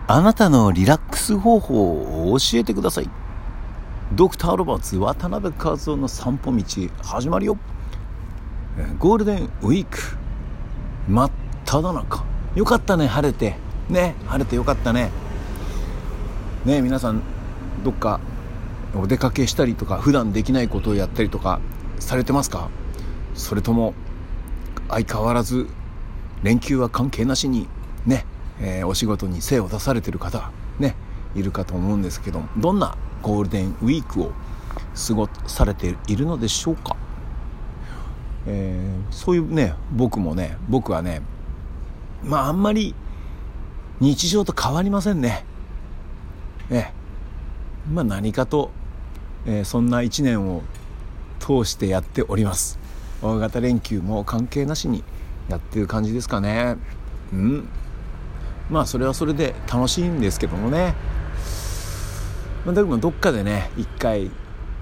あなたのリラックス方法を教えてください。ドクターロバーツ渡辺和夫の散歩道始まるよ。ゴールデンウィーク真っ只中。よかったね、晴れてね。晴れてよかったね。ね、皆さんどっかお出かけしたりとか普段できないことをやったりとかされてますか？それとも相変わらず連休は関係なしにね、お仕事に精を出されている方ね、いるかと思うんですけど、どんなゴールデンウィークを過ごされているのでしょうか。そういうね、僕はね、あんまり日常と変わりませんね。何かと、そんな一年を通してやっております。大型連休も関係なしにやってる感じですかね。それはそれで楽しいんですけどもね。でもどっかでね、一回、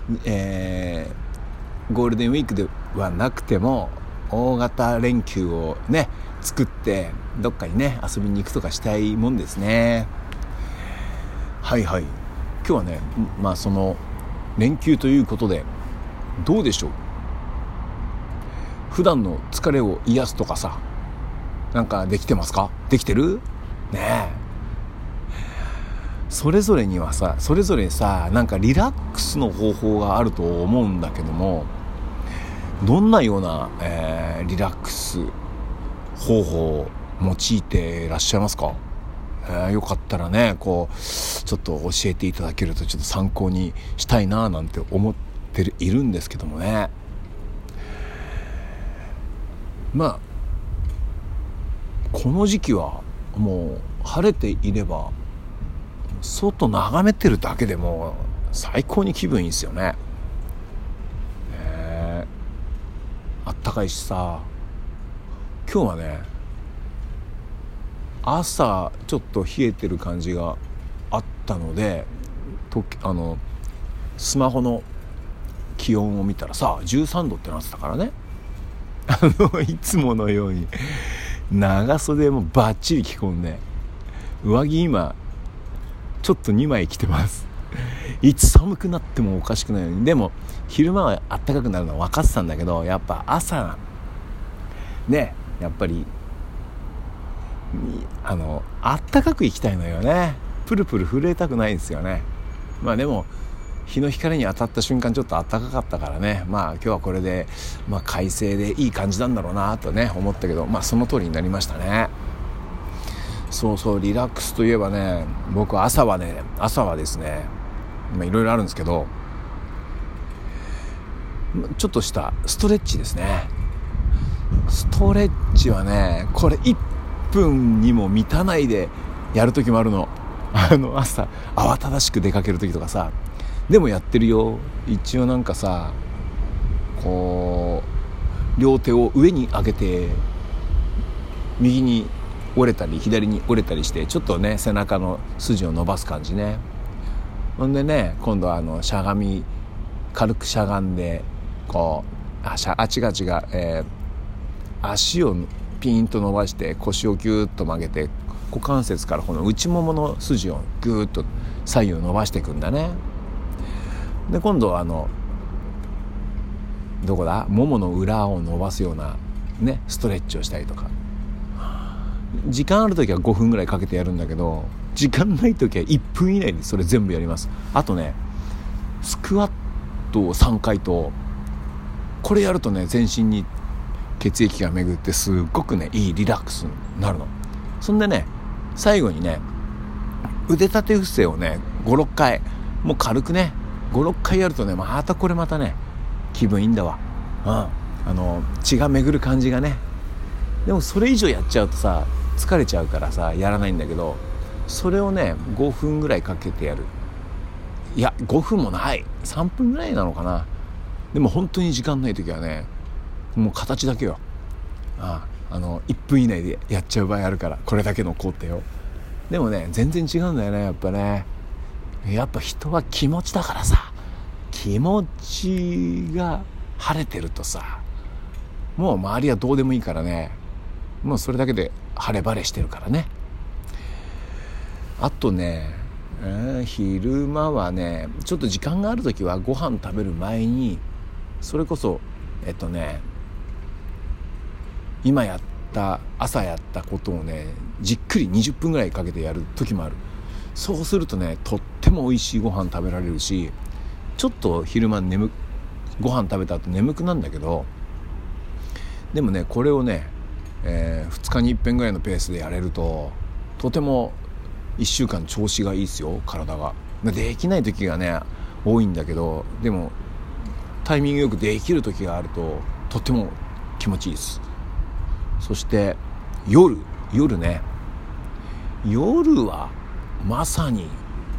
ゴールデンウィークではなくても大型連休をね作ってどっかにね遊びに行くとかしたいもんですね。今日はね、その連休ということでどうでしょう。普段の疲れを癒すとかさ、なんかできてますか？できてる？ねえ。それぞれさ、なんかリラックスの方法があると思うんだけども、どんなような、リラックス方法を用いていらっしゃいますか？よかったらね、ちょっと教えていただけるとちょっと参考にしたいななんて思っているんですけどもね。この時期はもう晴れていれば外眺めてるだけでも最高に気分いいですよね。あったかいしさ、今日はね朝ちょっと冷えてる感じがあったので、スマホの気温を見たらさ13度ってなってたからね。いつものように長袖もバッチリ着込んで、上着今ちょっと2枚着てます。いつ寒くなってもおかしくないように。でも昼間は暖かくなるのは分かってたんだけど、やっぱ朝ね、やっぱり暖かく行きたいのよね。プルプル震えたくないんですよね。でも日の光に当たった瞬間ちょっと暖かかったからね、今日はこれで、快晴でいい感じなんだろうなとね思ったけど、その通りになりましたね。そうリラックスといえばね、僕朝はですね、いろいろあるんですけど、ちょっとしたストレッチですね。ストレッチはね、これ1分にも満たないでやる時もあるの。朝慌ただしく出かける時とかさ、でもやってるよ。一応なんかさ、両手を上に上げて右に折れたり左に折れたりして、ちょっとね背中の筋を伸ばす感じね。ほんでね、今度は軽くしゃがんで足をピーンと伸ばして腰をギューッと曲げて、股関節からこの内ももの筋をギューッと左右伸ばしていくんだね。で今度はももの裏を伸ばすようなねストレッチをしたりとか。時間ある時は5分ぐらいかけてやるんだけど、時間ない時は1分以内にそれ全部やります。あとね、スクワットを3回と、これやるとね全身に血液が巡ってすっごくねいいリラックスになるの。そんでね、最後にね腕立て伏せをね 5,6 回もう軽くね 5,6 回やるとね、またね気分いいんだわ。血が巡る感じがね。でもそれ以上やっちゃうとさ疲れちゃうからさやらないんだけど、それをね5分ぐらいかけてやる。いや5分もない、3分ぐらいなのかな。でも本当に時間ない時はね、もう形だけよ。1分以内でやっちゃう場合あるから、これだけの工程を。でもね全然違うんだよね、やっぱね。やっぱ人は気持ちだからさ、気持ちが晴れてるとさ、もう周りはどうでもいいからね、もうそれだけで晴れ晴れしてるからね。 あとね、昼間はねちょっと時間がある時はご飯食べる前にそれこそ今朝やったことをねじっくり20分ぐらいかけてやる時もある。そうするとねとっても美味しいご飯食べられるし、ちょっと昼間ご飯食べた後眠くなんだけど、でもねこれをね、2日に1遍ぐらいのペースでやれるととても1週間調子がいいですよ、体が。できない時がね多いんだけど、でもタイミングよくできる時があるととっても気持ちいいです。そして夜ね、夜はまさに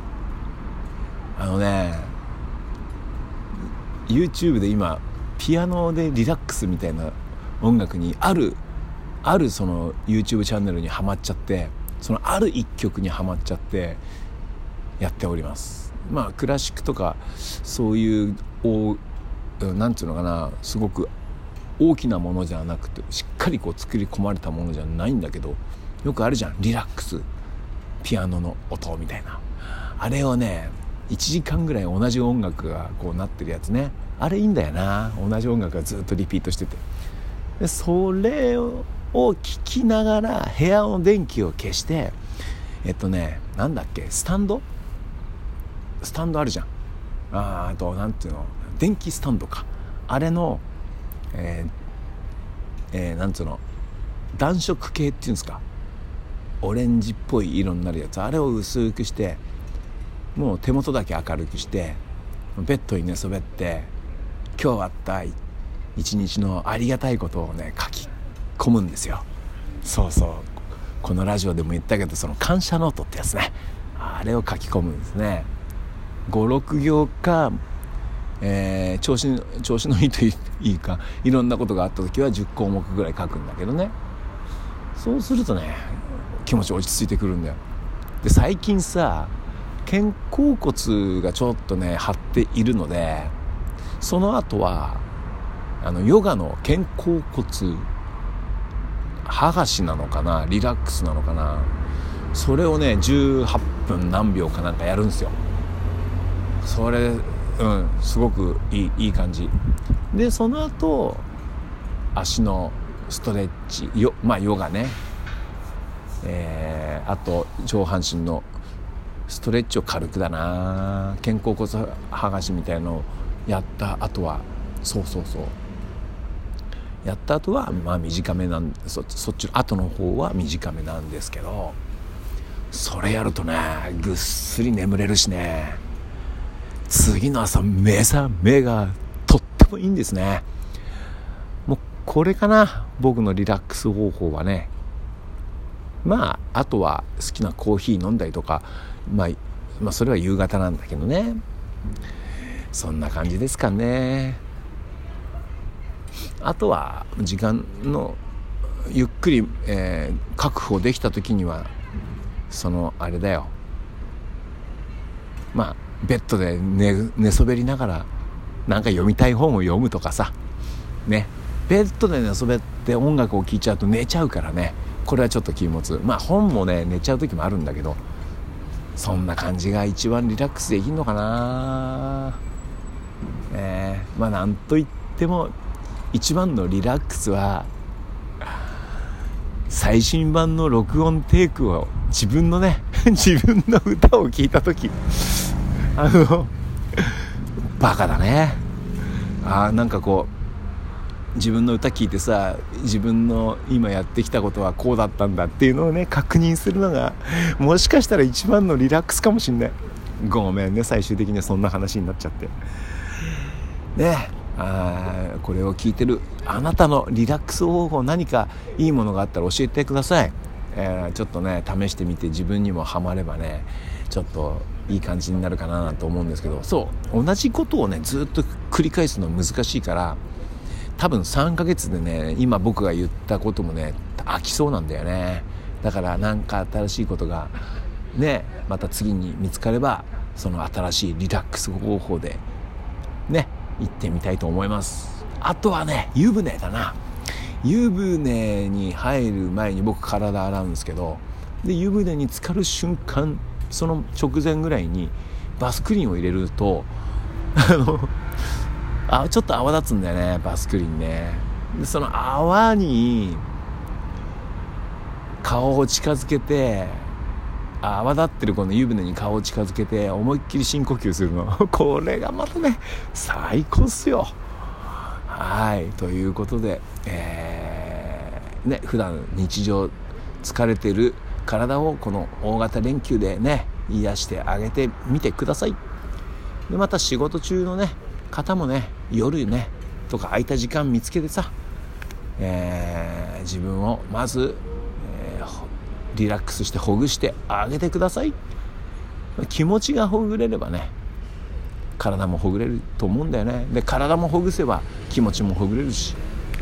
YouTube で今ピアノでリラックスみたいな音楽にあるその YouTube チャンネルにハマっちゃって、そのある一曲にハマっちゃってやっております。クラシックとかそういうなんていうのかな、すごく大きなものじゃなくてしっかり作り込まれたものじゃないんだけど、よくあるじゃん、リラックスピアノの音みたいな、あれをね1時間ぐらい同じ音楽がなってるやつね、あれいいんだよな。同じ音楽がずっとリピートしてて、でそれを聴きながら部屋の電気を消して、なんだっけ、スタンドあるじゃん。あとなんていうの、電気スタンドか、あれのなんつうの、暖色系っていうんですか、オレンジっぽい色になるやつ、あれを薄くしてもう手元だけ明るくしてベッドに寝そべって、今日あった一日のありがたいことをね書き込むんですよ。そうそう、このラジオでも言ったけど、その感謝ノートってやつね、あれを書き込むんですね。 5,6 行か、調子のいいといいか、いろんなことがあった時は10項目ぐらい書くんだけどね。そうするとね気持ち落ち着いてくるんだよ。で最近さ、肩甲骨がちょっとね張っているので、その後はヨガの肩甲骨剥がしなのかな、リラックスなのかな、それをね18分何秒かなんかやるんですよ。それすごくいい感じで、その後足のストレッチヨガね、あと上半身のストレッチを軽くだな、肩甲骨剥がしみたいのをやった後はやった後は短めなんで、そっちの後の方は短めなんですけど、それやるとねぐっすり眠れるしね、次の朝目がとってもいいんですね。もうこれかな、僕のリラックス方法はね。あとは好きなコーヒー飲んだりとか、それは夕方なんだけどね、そんな感じですかね。あとは時間のゆっくり、確保できた時にはあれだよ、ベッドで寝そべりながらなんか読みたい本を読むとかさね、ベッドで寝そべって音楽を聴いちゃうと寝ちゃうからね、これはちょっと気持ち、本もね寝ちゃう時もあるんだけど、そんな感じが一番リラックスできるのかな。なんといっても一番のリラックスは最新版の録音テイクを自分の歌を聴いた時バカだね。なんか自分の歌聴いてさ、自分の今やってきたことはこうだったんだっていうのをね確認するのがもしかしたら一番のリラックスかもしんない。ごめんね、最終的にはそんな話になっちゃってね。これを聞いてるあなたのリラックス方法、何かいいものがあったら教えてください。ちょっとね試してみて自分にもハマればねちょっといい感じになるかなと思うんですけど、そう同じことをねずっと繰り返すの難しいから、多分3ヶ月でね今僕が言ったこともね飽きそうなんだよね。だからなんか新しいことがねまた次に見つかれば、その新しいリラックス方法でね行ってみたいと思います。あとはね湯船だな。湯船に入る前に僕体洗うんですけど、で湯船に浸かる瞬間その直前ぐらいにバスクリーンを入れるとちょっと泡立つんだよね、バスクリーンね。でその泡に顔を近づけて、泡立ってるこの湯船に顔を近づけて思いっきり深呼吸するのこれがまたね最高っすよ。はいということで、普段日常疲れてる体をこの大型連休でね癒してあげてみてください。でまた仕事中のね方もね夜ねとか空いた時間見つけてさ、自分をまず、リラックスしてほぐしてあげてください。気持ちがほぐれればね体もほぐれると思うんだよね。で体もほぐせば気持ちもほぐれるし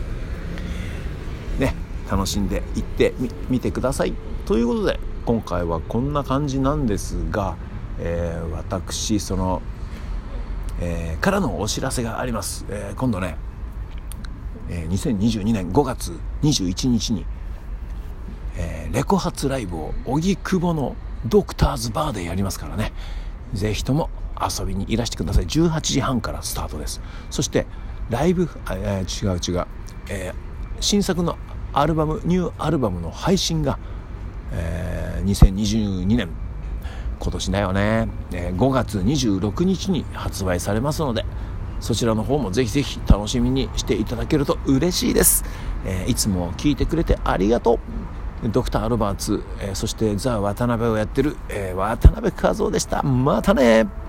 ね、楽しんでいってみてください。ということで今回はこんな感じなんですが、私その、からのお知らせがあります。今度ね、2022年5月21日に、レコ発ライブを荻窪のドクターズバーでやりますからね、ぜひとも遊びにいらしてください。18時半からスタートです。そしてライブ、新作のアルバムニューアルバムの配信が、2022年今年だよね、5月26日に発売されますので、そちらの方もぜひぜひ楽しみにしていただけると嬉しいです。いつも聞いてくれてありがとう。ドクターアルバーツ、そしてザ・渡辺をやってる、渡辺和夫でした。またね。